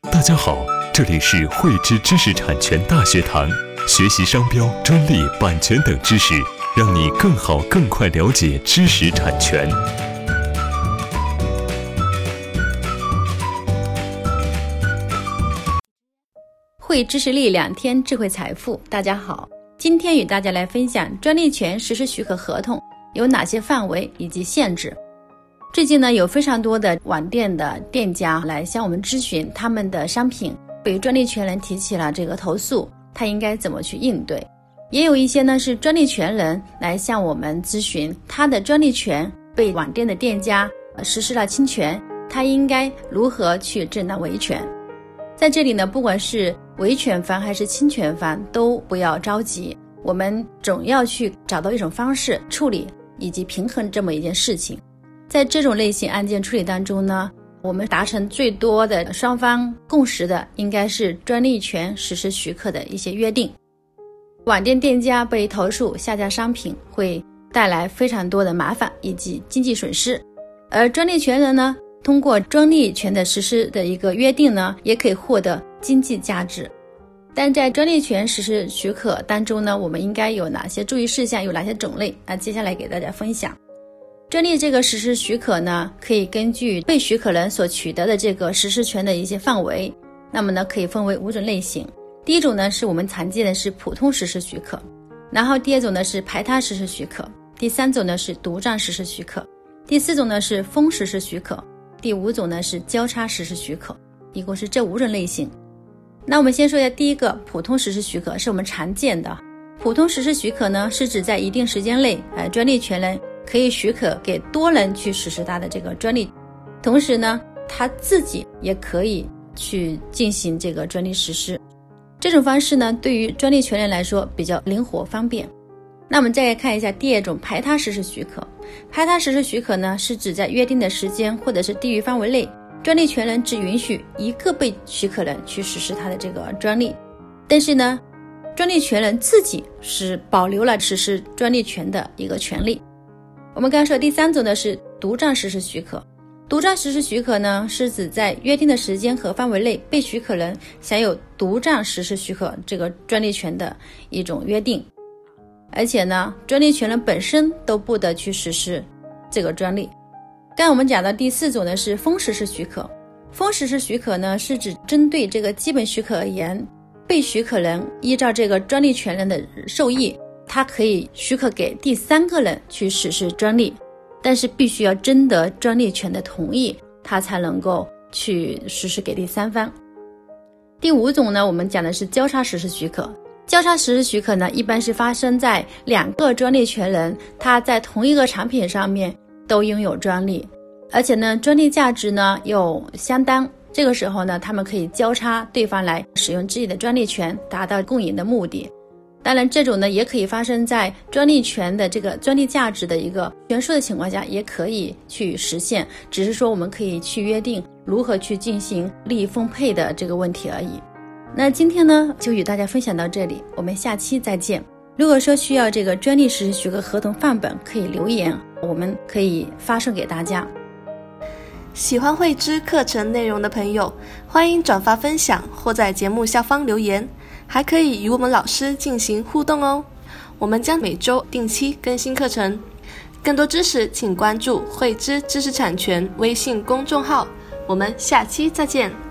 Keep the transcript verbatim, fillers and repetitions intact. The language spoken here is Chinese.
大家好，这里是汇知知识产权大学堂，学习商标、专利、版权等知识，让你更好、更快了解知识产权。 汇知识力量，添智慧财富。大家好，今天与大家来分享专利权实施许可合同有哪些范围以及限制。最近呢，有非常多的网店的店家来向我们咨询，他们的商品被专利权人提起了这个投诉，他应该怎么去应对。也有一些呢是专利权人来向我们咨询，他的专利权被网店的店家实施了侵权，他应该如何去正当维权。在这里呢，不管是维权方还是侵权方都不要着急，我们总要去找到一种方式处理以及平衡这么一件事情。在这种类型案件处理当中呢，我们达成最多的双方共识的应该是专利权实施许可的一些约定。网店店家被投诉下架商品会带来非常多的麻烦以及经济损失，而专利权人呢，通过专利权的实施的一个约定呢，也可以获得经济价值。但在专利权实施许可当中呢，我们应该有哪些注意事项，有哪些种类？那接下来给大家分享。专利这个实施许可呢，可以根据被许可人所取得的这个实施权的一些范围，那么呢，可以分为五种类型。第一种呢，是我们常见的是普通实施许可，然后第二种呢是排他实施许可，第三种呢是独占实施许可，第四种呢是封实施许可，第五种呢是交叉实施许可，一共是这五种类型。那我们先说一下第一个普通实施许可，是我们常见的。普通实施许可呢，是指在一定时间内，呃，专利权人可以许可给多人去实施他的这个专利，同时呢，他自己也可以去进行这个专利实施。这种方式呢，对于专利权人来说比较灵活方便。那我们再来看一下第二种排他实施许可。排他实施许可呢，是指在约定的时间或者是地域范围内，专利权人只允许一个被许可人去实施他的这个专利，但是呢，专利权人自己是保留了实施专利权的一个权利。我们刚刚说第三种呢是独占实施许可。独占实施许可呢，是指在约定的时间和范围内，被许可人享有独占实施许可这个专利权的一种约定，而且呢，专利权人本身都不得去实施这个专利。刚才我们讲的第四种呢是封实施许可。封实施许可呢，是指针对这个基本许可而言，被许可人依照这个专利权人的授意，他可以许可给第三个人去实施专利，但是必须要征得专利权的同意，他才能够去实施给第三方。第五种呢，我们讲的是交叉实施许可。交叉实施许可呢，一般是发生在两个专利权人，他在同一个产品上面都拥有专利，而且呢，专利价值呢又相当。这个时候呢，他们可以交叉对方来使用自己的专利权，达到共赢的目的。当然，这种呢也可以发生在专利权的这个专利价值的一个悬殊的情况下，也可以去实现，只是说我们可以去约定如何去进行利益分配的这个问题而已。那今天呢就与大家分享到这里，我们下期再见。如果说需要这个专利实施许可合同范本，可以留言，我们可以发送给大家。 喜欢汇知课程内容的朋友，欢迎转发分享或在节目下方留言，还可以与我们老师进行互动哦。我们将每周定期更新课程，更多知识请关注汇知知识产权微信公众号。我们下期再见。